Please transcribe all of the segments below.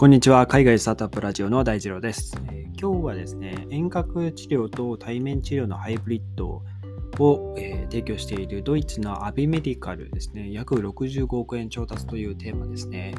こんにちは。海外スタートアップラジオの大二郎です。今日はですね、遠隔治療と対面治療のハイブリッドを、提供しているドイツのアビメディカルですね、約65億円調達というテーマですね。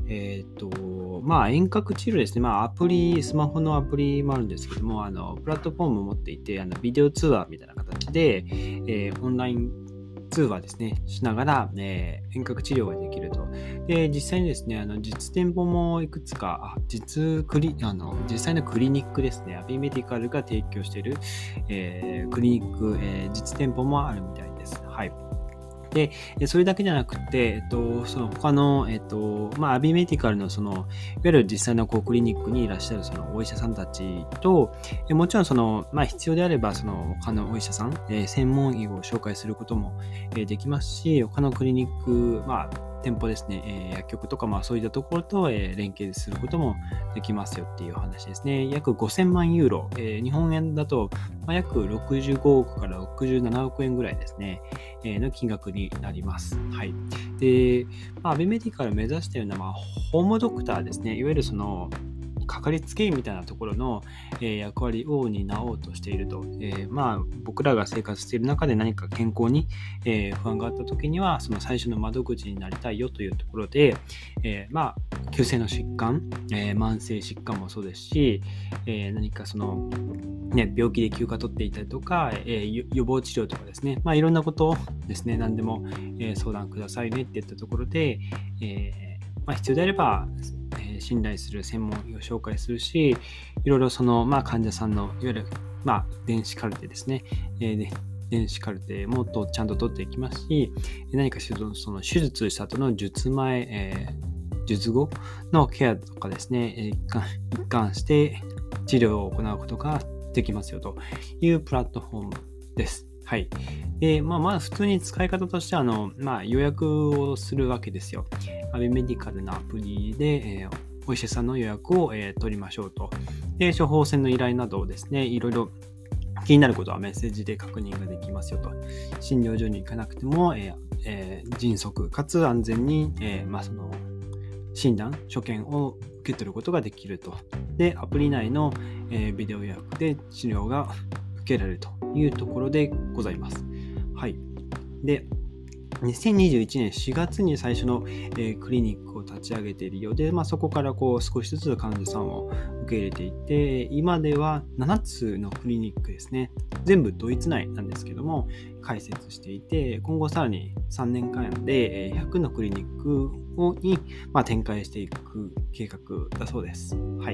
遠隔治療ですね。スマホのアプリもあるんですけども、プラットフォームを持っていて、ビデオ通話みたいな形で、オンライン通話ですね、しながら、遠隔治療ができると。で、実際にですね、実店舗もいくつか、実際のクリニックですね、アビメディカルが提供している、クリニック、実店舗もあるみたいです。はい。で、それだけじゃなくて、その他の、アビメディカルのいわゆる実際のクリニックにいらっしゃるそのお医者さんたちと、もちろん必要であれば他のお医者さん、専門医を紹介することも、できますし、他のクリニック、店舗ですね、薬局とかそういったところと、連携することもできますよっていう話ですね。約5000万ユーロ、日本円だと、約65億から67億円ぐらいですね、の金額になります。はい。で、アビメディカル目指しているのは、ホームドクターですね。いわゆるかかりつけ医みたいなところの、役割を担おうとしていると。僕らが生活している中で何か健康に、不安があった時には、その最初の窓口になりたいよというところで、急性の疾患、慢性疾患もそうですし、何か病気で休暇取っていたりとか、予防治療とかですね、いろんなことですね、何でも、相談くださいねっていったところで、必要であれば、信頼する専門医を紹介するし、いろいろ患者さんのいわゆる、電子カルテですね、電子カルテもちゃんと取っていきますし、何か手術した後の術前、術後のケアとかですね、一貫して治療を行うことができますよというプラットフォームです。はい。で、普通に使い方としては、予約をするわけですよ。アビメディカルなアプリで、お医者さんの予約を、取りましょうと。で、処方箋の依頼などをですね、いろいろ気になることはメッセージで確認ができますよと。診療所に行かなくても、迅速かつ安全に、診断、所見を受け取ることができると。で、アプリ内の、ビデオ予約で治療が受けられるというところでございます。はい。で、2021年4月に最初の、クリニックを立ち上げているようで、そこから少しずつ患者さんを受け入れていて、今では7つのクリニックですね、全部ドイツ内なんですけども、開設していて、今後さらに3年間で100のクリニックに展開していく計画だそうです。はい。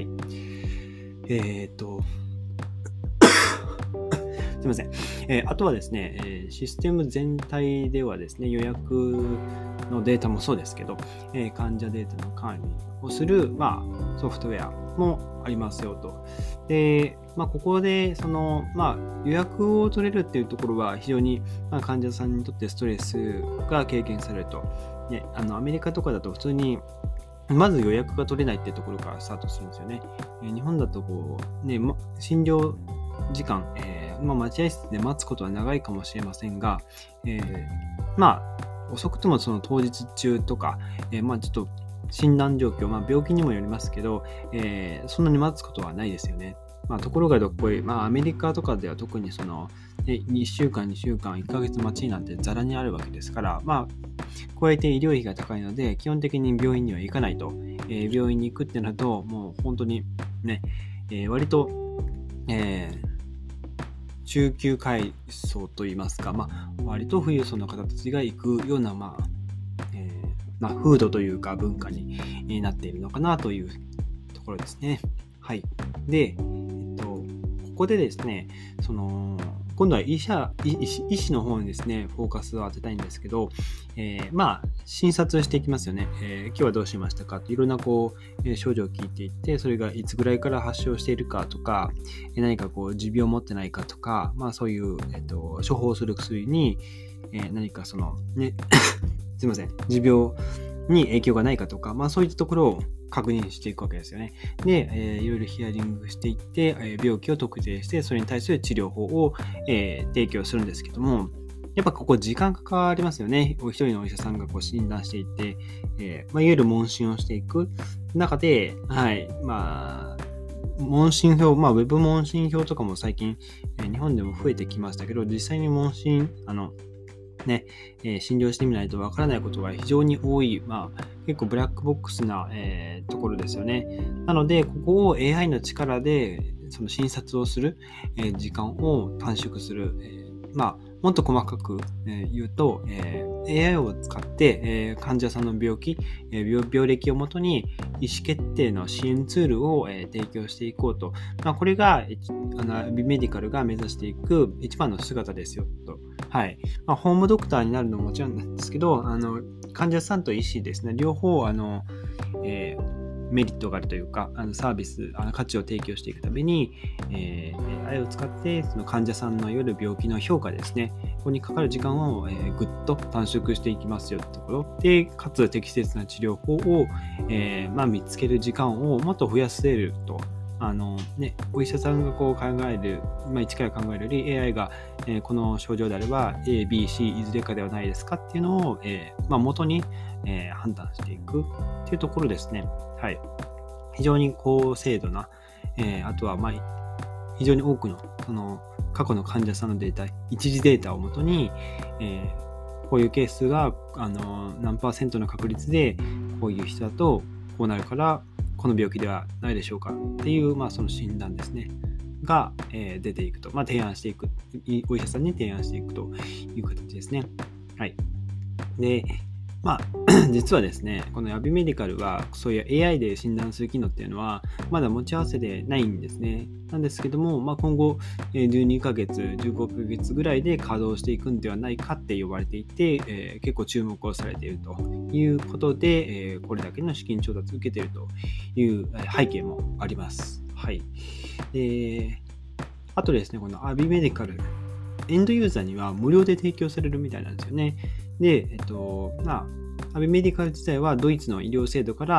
すいません。あとはですね、システム全体ではですね、予約のデータもそうですけど、患者データの管理をする、ソフトウェアもありますよと。で、ここで予約を取れるっていうところは非常に、患者さんにとってストレスが軽減されると。ね、アメリカとかだと普通にまず予約が取れないっていうところからスタートするんですよね。日本だと診療時間、待合室で待つことは長いかもしれませんが、遅くともその当日中とか、ちょっと診断状況、病気にもよりますけど、そんなに待つことはないですよね。ところがどっこい、アメリカとかでは特に1週間、2週間、1ヶ月待ちなんてザラにあるわけですから、加えて医療費が高いので、基本的に病院には行かないと。病院に行くってなると、もう本当にね、割と、中級階層といいますか、割と富裕層の方たちが行くような、風土というか文化になっているのかなというところですね。はい。で、ここでですね、今度は医師の方にですね、フォーカスを当てたいんですけど、診察していきますよね。今日はどうしましたかっていろんな症状を聞いていって、それがいつぐらいから発症しているかとか、何か持病を持ってないかとか、そういう、処方する薬に、何かすいません、持病に影響がないかとか、そういったところを確認していくわけですよね。で、いろいろヒアリングしていって、病気を特定して、それに対する治療法を、提供するんですけども、やっぱここ時間かかりますよね。一人のお医者さんが診断していって、いわゆる問診をしていく。 中で、はい、問診票、ウェブ問診票とかも最近、日本でも増えてきましたけど、実際に問診、診療してみないとわからないことが非常に多い、結構ブラックボックスな、ところですよね。なので、ここを AI の力でその診察をする、時間を短縮する、もっと細かく、言うと、AI を使って、患者さんの病気、病歴をもとに意思決定の支援ツールを、提供していこうと。これがアビメディカルが目指していく一番の姿ですよと。はい。ホームドクターになるのももちろんなんですけど、患者さんと医師ですね、両方メリットがあるというか、サービス、価値を提供していくために、AI を使ってその患者さんのいわゆる病気の評価ですね、ここにかかる時間を、ぐっと短縮していきますよってところで、かつ適切な治療法を、見つける時間をもっと増やせると。お医者さんがこう考える、一から考えるより AI が、この症状であれば A、B、C いずれかではないですかっていうのを、元に、判断していくっていうところですね。はい。非常に高精度な、あとは非常に多くのその過去の患者さんのデータ、一時データをもとに、こういうケースが何%の確率でこういう人だとこうなるからこの病気ではないでしょうかっていう、その診断ですねが、出ていくと、提案していく、お医者さんに提案していくという形ですね。はい。で、実はですね、このアビメディカルはそういう AI で診断する機能っていうのはまだ持ち合わせでないんですね。なんですけども、今後12ヶ月、15ヶ月ぐらいで稼働していくんではないかって呼ばれていて、結構注目をされているということで、これだけの資金調達を受けているという背景もあります。はい。あとですね、このアビメディカル、エンドユーザーには無料で提供されるみたいなんですよね。で、アビメディカル自体はドイツの医療制度から、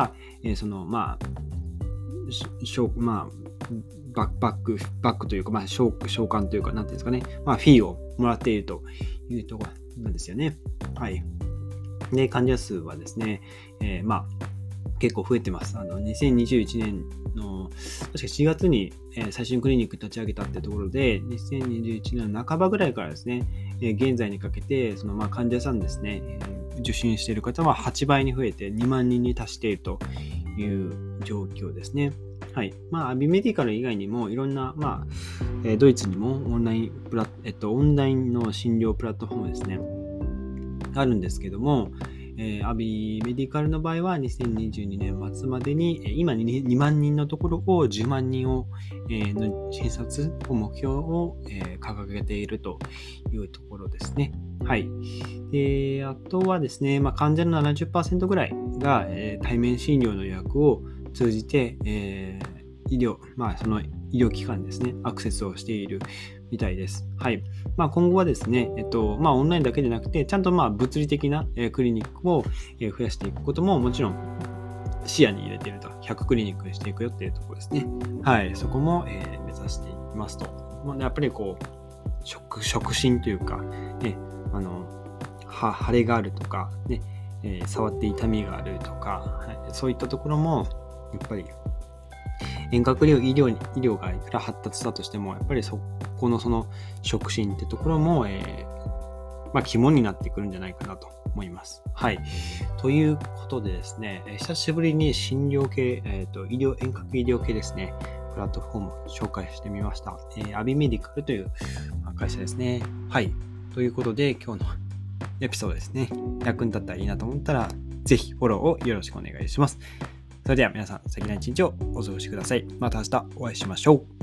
バックというか、償還というか、なんていうんですかね、フィーをもらっているというところなんですよね。はい。で、患者数はですね、結構増えてます。2021年の確か4月に最新クリニック立ち上げたってところで、2021年の半ばぐらいからですね、現在にかけてその患者さんですね、受診している方は8倍に増えて2万人に達しているという状況ですね。はい。アビメディカル以外にもいろんな、ドイツにもオンラインの診療プラットフォームですね、あるんですけども、アビメディカルの場合は2022年末までに、今2万人のところを10万人を、の診察を目標を、掲げているというところですね。はい。で、あとはですね、患者の 70% ぐらいが、対面診療の予約を通じて、その医療機関ですね、アクセスをしているみたいです。はい。今後はですね、オンラインだけでなくて、ちゃんと物理的なクリニックを増やしていくことももちろん視野に入れていると。100クリニックにしていくよっていうところですね。はい。そこも目指していますと。やっぱり触診というか、ね、腫れがあるとか、ね、触って痛みがあるとか、そういったところも、やっぱり遠隔医療がいくら発達したとしても、やっぱりそこのその触診ってところも、肝になってくるんじゃないかなと思います。はい。ということでですね、久しぶりに診療系、遠隔医療系ですね、プラットフォームを紹介してみました。アビメディカルという会社ですね。はい。ということで、今日のエピソードですね、役に立ったらいいなと思ったら、ぜひフォローをよろしくお願いします。それでは皆さん、素敵な一日をお過ごしください。また明日お会いしましょう。